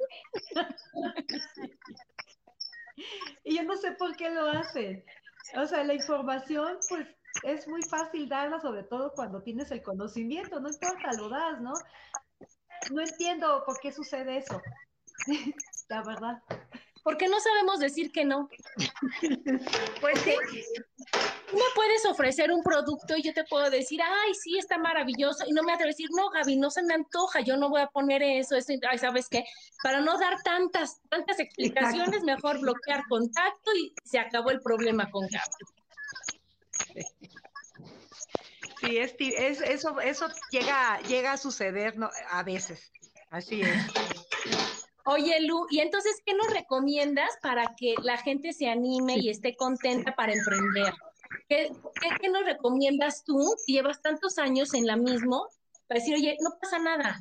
Y yo no sé por qué lo hacen. O sea, la información, pues, es muy fácil darla, sobre todo cuando tienes el conocimiento, no importa, lo das, ¿no? No entiendo por qué sucede eso, la verdad.
¿Por qué no sabemos decir que no? Pues sí. Tú me puedes ofrecer un producto y yo te puedo decir, ay, sí, está maravilloso, y no me atrevo a decir, no, Gaby, no se me antoja, yo no voy a poner eso, eso, ay, ¿sabes qué? Para no dar tantas, tantas explicaciones, Exacto. Mejor bloquear contacto y se acabó el problema con Gaby.
Sí, es, es, eso, eso llega, llega a suceder, ¿no? A veces, así es.
Oye, Lu, y entonces, ¿qué nos recomiendas para que la gente se anime y esté contenta para emprender? ¿Qué, qué, qué nos recomiendas tú? Llevas tantos años en la misma, para decir, oye, no pasa nada.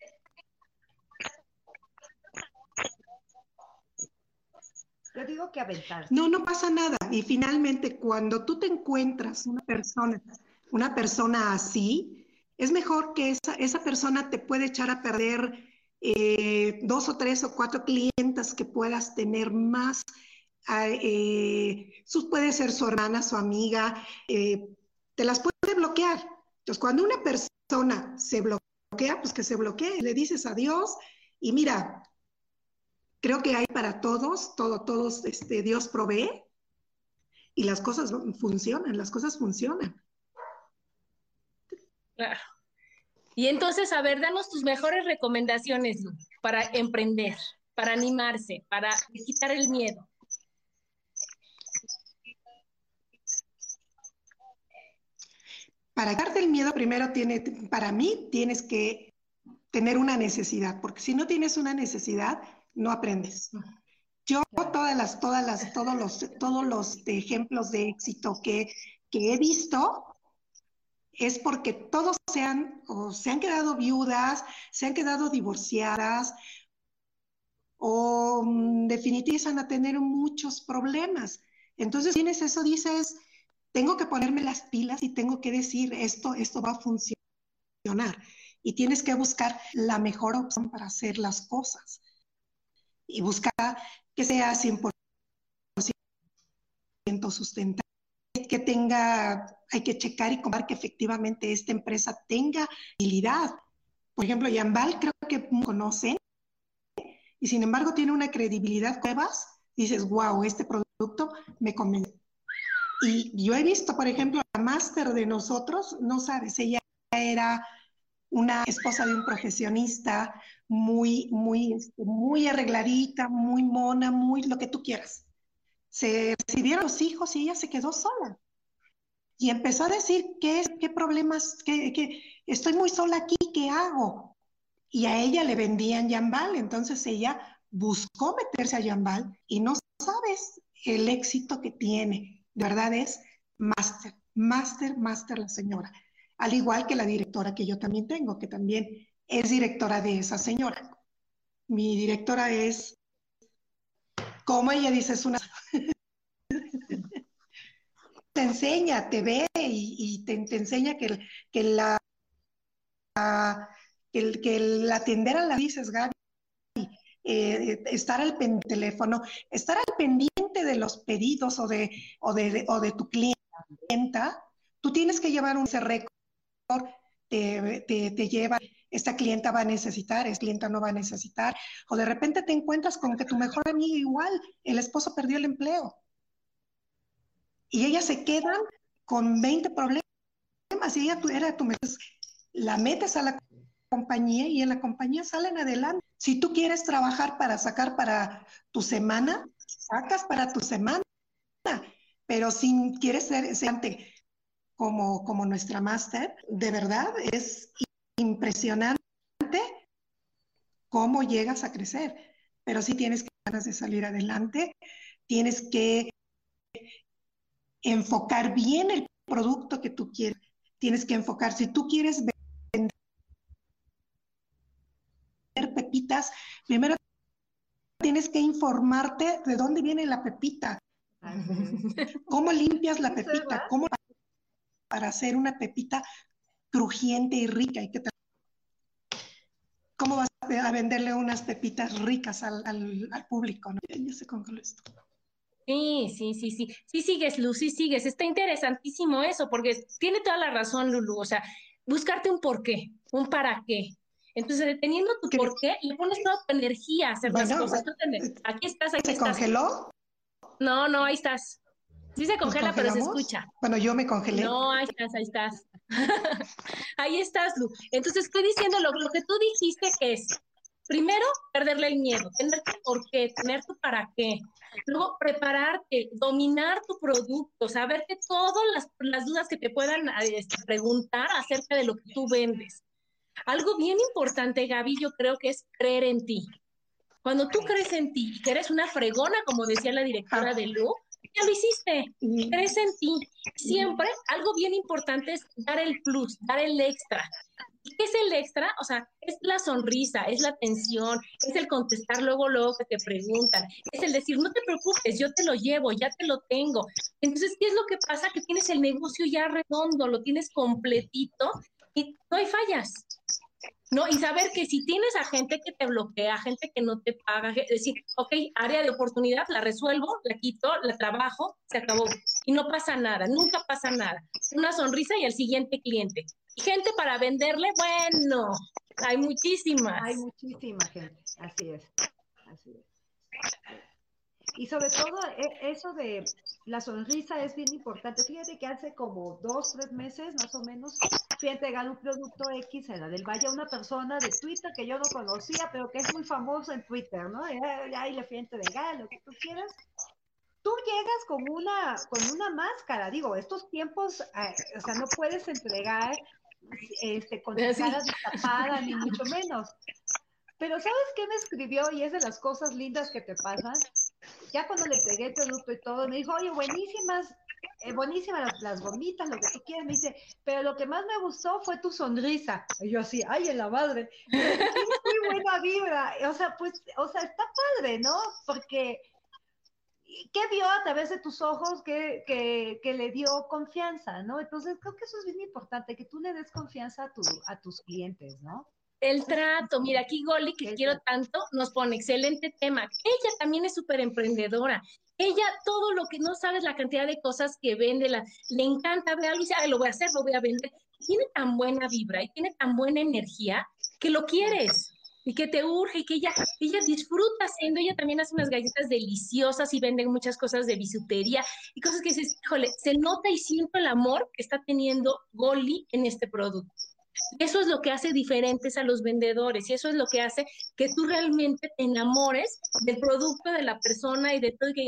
Yo digo que aventar.
No, no pasa nada. Y finalmente, cuando tú te encuentras una persona, una persona así, es mejor que esa, esa persona te puede echar a perder eh, dos o tres o cuatro clientas que puedas tener más. Eh, su, puede ser su hermana, su amiga, eh, te las puede bloquear. Entonces, cuando una persona se bloquea, pues que se bloquee, le dices adiós y mira, creo que hay para todos, todo, todos, este, Dios provee y las cosas funcionan, las cosas funcionan.
Claro. Y entonces, a ver, danos tus mejores recomendaciones para emprender, para animarse, para quitar el miedo.
Para quitarte el miedo, primero tiene, para mí, tienes que tener una necesidad, porque si no tienes una necesidad, no aprendes. Yo todas las, todas las, todos los, todos los ejemplos de éxito que, que he visto es porque todos se han, o se han quedado viudas, se han quedado divorciadas, o um, definitivamente van a tener muchos problemas. Entonces tienes eso, dices, tengo que ponerme las pilas y tengo que decir, esto, esto va a funcionar. Y tienes que buscar la mejor opción para hacer las cosas. Y buscar que sea cien por ciento sustentable, que tenga, hay que checar y comprobar que efectivamente esta empresa tenga habilidad. Por ejemplo, Yambal creo que conocen y sin embargo tiene una credibilidad. Pruebas, dices, wow, este producto me convence. Y yo he visto, por ejemplo, la máster de nosotros, no sabes, ella era una esposa de un profesionista muy, muy, muy arregladita, muy mona, muy lo que tú quieras. Se recibieron los hijos y ella se quedó sola. Y empezó a decir, ¿qué, qué problemas? Qué, qué, estoy muy sola aquí, ¿qué hago? Y a ella le vendían Yambal, entonces ella buscó meterse a Yambal y no sabes el éxito que tiene. De verdad es máster, máster, máster la señora. Al igual que la directora que yo también tengo, que también es directora de esa señora. Mi directora es, como ella dice, es una... te enseña, te ve y, y te, te enseña que, que, la, que, el, que el atender a la dices, Gaby, eh, estar al teléfono, estar al pendiente de los pedidos o de, o de, de, o de tu clienta, tú tienes que llevar un récord, te, te, te lleva, esta clienta va a necesitar, esta clienta no va a necesitar, o de repente te encuentras con que tu mejor amiga igual, el esposo perdió el empleo. Y ellas se quedan con veinte problemas y ella era tu mejor. La metes a la compañía y en la compañía salen adelante. Si tú quieres trabajar para sacar para tu semana, sacas para tu semana. Pero si quieres ser, ser como, como nuestra máster, de verdad es impresionante cómo llegas a crecer. Pero sí tienes que ganas de salir adelante, tienes que enfocar bien el producto que tú quieres. Tienes que enfocar, si tú quieres vender pepitas, primero tienes que informarte de dónde viene la pepita, cómo limpias la pepita, cómo para hacer una pepita crujiente y rica. ¿Y qué tal? ¿Cómo vas a venderle unas pepitas ricas al, al, al público? ¿No? Ya se congeló esto.
Sí, sí, sí, sí, sí sigues, Lu, sí sigues, está interesantísimo eso, porque tiene toda la razón, Lulu, o sea, buscarte un porqué, un para qué. Entonces, deteniendo tu
¿Qué?
porqué, le pones toda tu energía a hacer
bueno,
las cosas. Aquí estás, aquí
¿se
estás.
¿Se congeló?
No, no, ahí estás. Sí se congela, pero se escucha.
Bueno, yo me congelé.
No, ahí estás, ahí estás. Ahí estás, Lu. Entonces, estoy diciendo lo, lo que tú dijiste que es, primero, perderle el miedo, tener tu por qué, tener tu para qué. Luego, prepararte, dominar tu producto, saberte todas las, las dudas que te puedan este, preguntar acerca de lo que tú vendes. Algo bien importante, Gaby, yo creo que es creer en ti. Cuando tú crees en ti y que eres una fregona, como decía la directora ah. de Lu, ya lo hiciste, crees en ti. Siempre, algo bien importante es dar el plus, dar el extra. ¿Y qué es el extra? O sea, es la sonrisa, es la atención, es el contestar luego, luego que te preguntan, es el decir, no te preocupes, yo te lo llevo, ya te lo tengo. Entonces, ¿qué es lo que pasa? Que tienes el negocio ya redondo, lo tienes completito y no hay fallas. ¿No? Y saber que si tienes a gente que te bloquea, gente que no te paga, es decir, ok, área de oportunidad, la resuelvo, la quito, la trabajo, se acabó. Y no pasa nada, nunca pasa nada. Una sonrisa y al siguiente cliente. Y gente para venderle, bueno, hay muchísimas.
Hay muchísima gente, así es, así es. Y sobre todo eso de la sonrisa es bien importante. Fíjate que hace como dos, tres meses más o menos fui a entregar un producto X en la del Valle a una persona de Twitter que yo no conocía, pero que es muy famosa en Twitter, ¿no? Y ahí le fui a entregar lo que tú quieras. Tú llegas con una, con una máscara, digo, estos tiempos, eh, o sea, no puedes entregar este, con tu cara destapada, ni mucho menos. Pero ¿sabes qué me escribió? Y es de las cosas lindas que te pasan. Ya cuando le pegué el producto y todo, me dijo, oye, buenísimas, eh, buenísimas las, las gomitas, lo que tú quieras. Me dice, pero lo que más me gustó fue tu sonrisa. Y yo así, ay, en la madre. Muy buena vibra. O sea, pues, o sea, está padre, ¿no? Porque, ¿qué vio a través de tus ojos que, que, que le dio confianza, ¿no? Entonces, creo que eso es bien importante, que tú le des confianza a, tu, a tus clientes, ¿no?
El trato, mira, aquí Goli, que quiero tanto, nos pone excelente tema. Ella también es súper emprendedora. Ella, todo lo que no sabes, la cantidad de cosas que vende, la, le encanta ver algo y dice, ay, lo voy a hacer, lo voy a vender. Tiene tan buena vibra y tiene tan buena energía que lo quieres y que te urge y que ella, ella disfruta haciendo. Ella también hace unas galletas deliciosas y vende muchas cosas de bisutería y cosas que dices, híjole, se nota y siento el amor que está teniendo Goli en este producto. Eso es lo que hace diferentes a los vendedores y eso es lo que hace que tú realmente te enamores del producto, de la persona y de todo y que digas,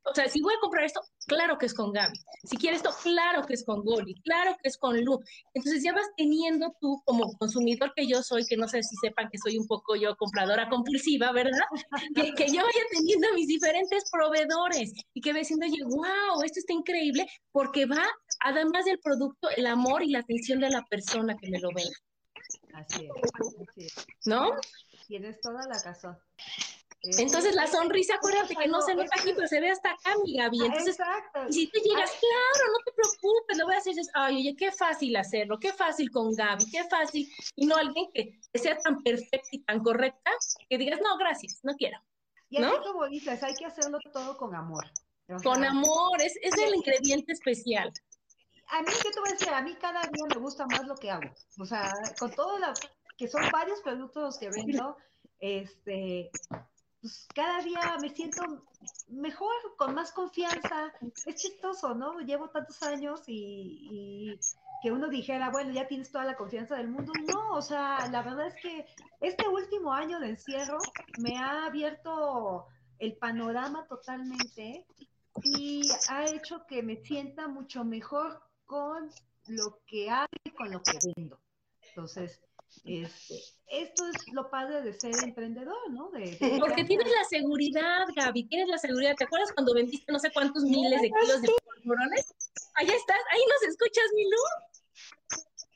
O sea, si voy a comprar esto, claro que es con Gaby. Si quieres esto, claro que es con Goli, claro que es con Lu. Entonces ya vas teniendo tú, como consumidor que yo soy, que no sé si sepan que soy un poco yo compradora compulsiva, ¿verdad? Que, que yo vaya teniendo mis diferentes proveedores y que vaya diciendo, oye, wow, esto está increíble, porque va, además del producto, el amor y la atención de la persona que me lo vende.
Así es, así es.
¿No?
Tienes toda la razón.
Entonces la sonrisa, acuérdate que no se nota aquí, pero se ve hasta acá, mi Gaby. Entonces,
exacto.
Y si tú llegas, claro, no te preocupes, lo voy a hacer. Dices, ay, oye, qué fácil hacerlo, qué fácil con Gaby, qué fácil. Y no alguien que, que sea tan perfecta y tan correcta que digas, no, gracias, no quiero.
Y así
¿no?
como dices, hay que hacerlo todo con amor. O sea,
Con amor, es, es el ingrediente especial.
A mí, ¿qué te voy a decir? A mí cada día me gusta más lo que hago. O sea, con todo lo que son varios productos los que vendo, este, pues cada día me siento mejor, con más confianza. Es chistoso, ¿no? Llevo tantos años y, y que uno dijera, bueno, ya tienes toda la confianza del mundo. Y no, o sea, la verdad es que este último año de encierro me ha abierto el panorama totalmente y ha hecho que me sienta mucho mejor con lo que hago y con lo que vendo. Entonces, este, esto es lo padre de ser emprendedor, ¿no? De, de
Porque tienes la seguridad, Gaby, tienes la seguridad. ¿Te acuerdas cuando vendiste no sé cuántos miles de kilos de polvorones? Allá estás, ahí nos escuchas, mi Lu.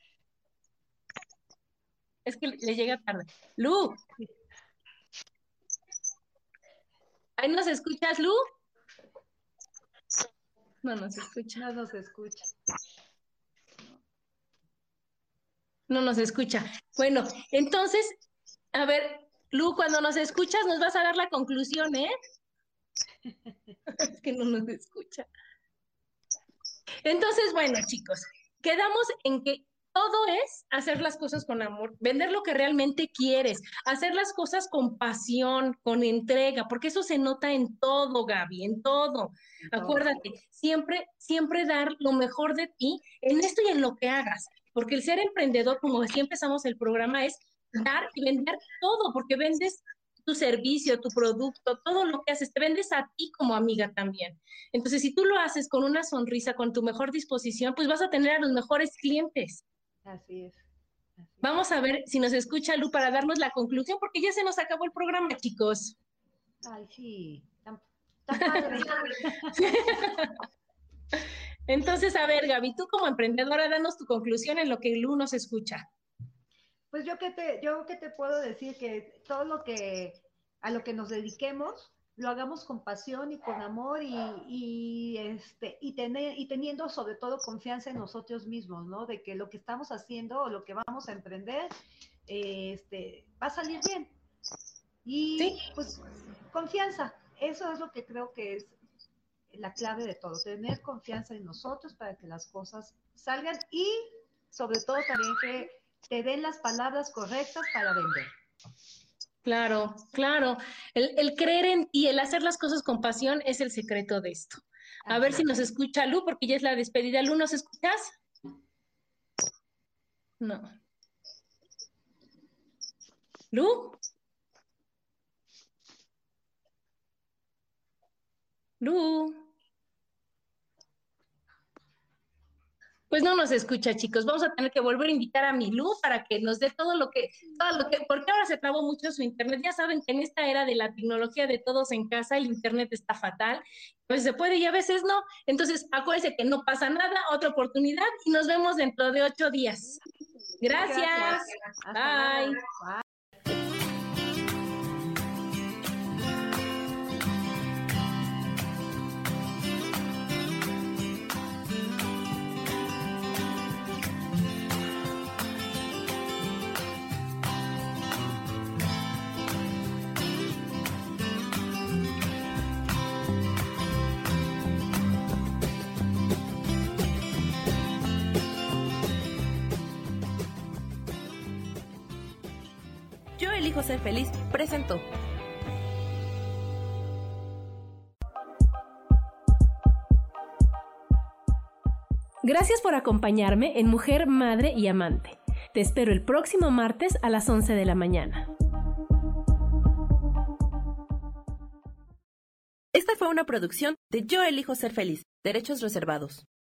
Es que le llega tarde. Lu. ¿Ahí nos escuchas, Lu? No nos escucha.
No nos escucha.
No nos escucha. Bueno, entonces, a ver, Lu, cuando nos escuchas nos vas a dar la conclusión, ¿eh? Es que no nos escucha. Entonces, bueno, chicos, quedamos en que todo es hacer las cosas con amor, vender lo que realmente quieres, hacer las cosas con pasión, con entrega, porque eso se nota en todo, Gaby, en todo. En Acuérdate, todo. siempre, siempre dar lo mejor de ti en esto y en lo que hagas, porque el ser emprendedor, como así empezamos el programa, es dar y vender todo, porque vendes tu servicio, tu producto, todo lo que haces, te vendes a ti como amiga también. Entonces, si tú lo haces con una sonrisa, con tu mejor disposición, pues vas a tener a los mejores clientes.
Así es. Así
Vamos a ver si nos escucha Lu para darnos la conclusión, porque ya se nos acabó el programa, chicos.
Ay, sí, tan, tan padre.
Entonces, a ver, Gaby, tú como emprendedora, danos tu conclusión en lo que Lu nos escucha.
Pues yo que te, yo que te puedo decir que todo lo que, a lo que nos dediquemos, lo hagamos con pasión y con amor y, y este, y tener, y teniendo sobre todo confianza en nosotros mismos, ¿no? De que lo que estamos haciendo o lo que vamos a emprender, eh, este, va a salir bien. Y ¿sí? Pues confianza, eso es lo que creo que es la clave de todo, tener confianza en nosotros para que las cosas salgan y sobre todo también que te den las palabras correctas para vender.
Claro, claro. El, el creer en ti, el hacer las cosas con pasión es el secreto de esto. A Así ver es. Si nos escucha Lu, porque ya es la despedida. Lu, ¿nos escuchas? No. ¿Lu? Lu. Pues no nos escucha, chicos. Vamos a tener que volver a invitar a mi Lu para que nos dé todo lo que, todo lo que, porque ahora se trabó mucho su internet. Ya saben que en esta era de la tecnología de todos en casa, el internet está fatal. A veces se puede y a veces no. Entonces, acuérdense que no pasa nada, otra oportunidad y nos vemos dentro de ocho días. Gracias. Gracias. Bye. Bye.
Elijo Ser Feliz presentó.
Gracias por acompañarme en Mujer, Madre y Amante. Te espero el próximo martes a las once de la mañana.
Esta fue una producción de Yo Elijo Ser Feliz, derechos reservados.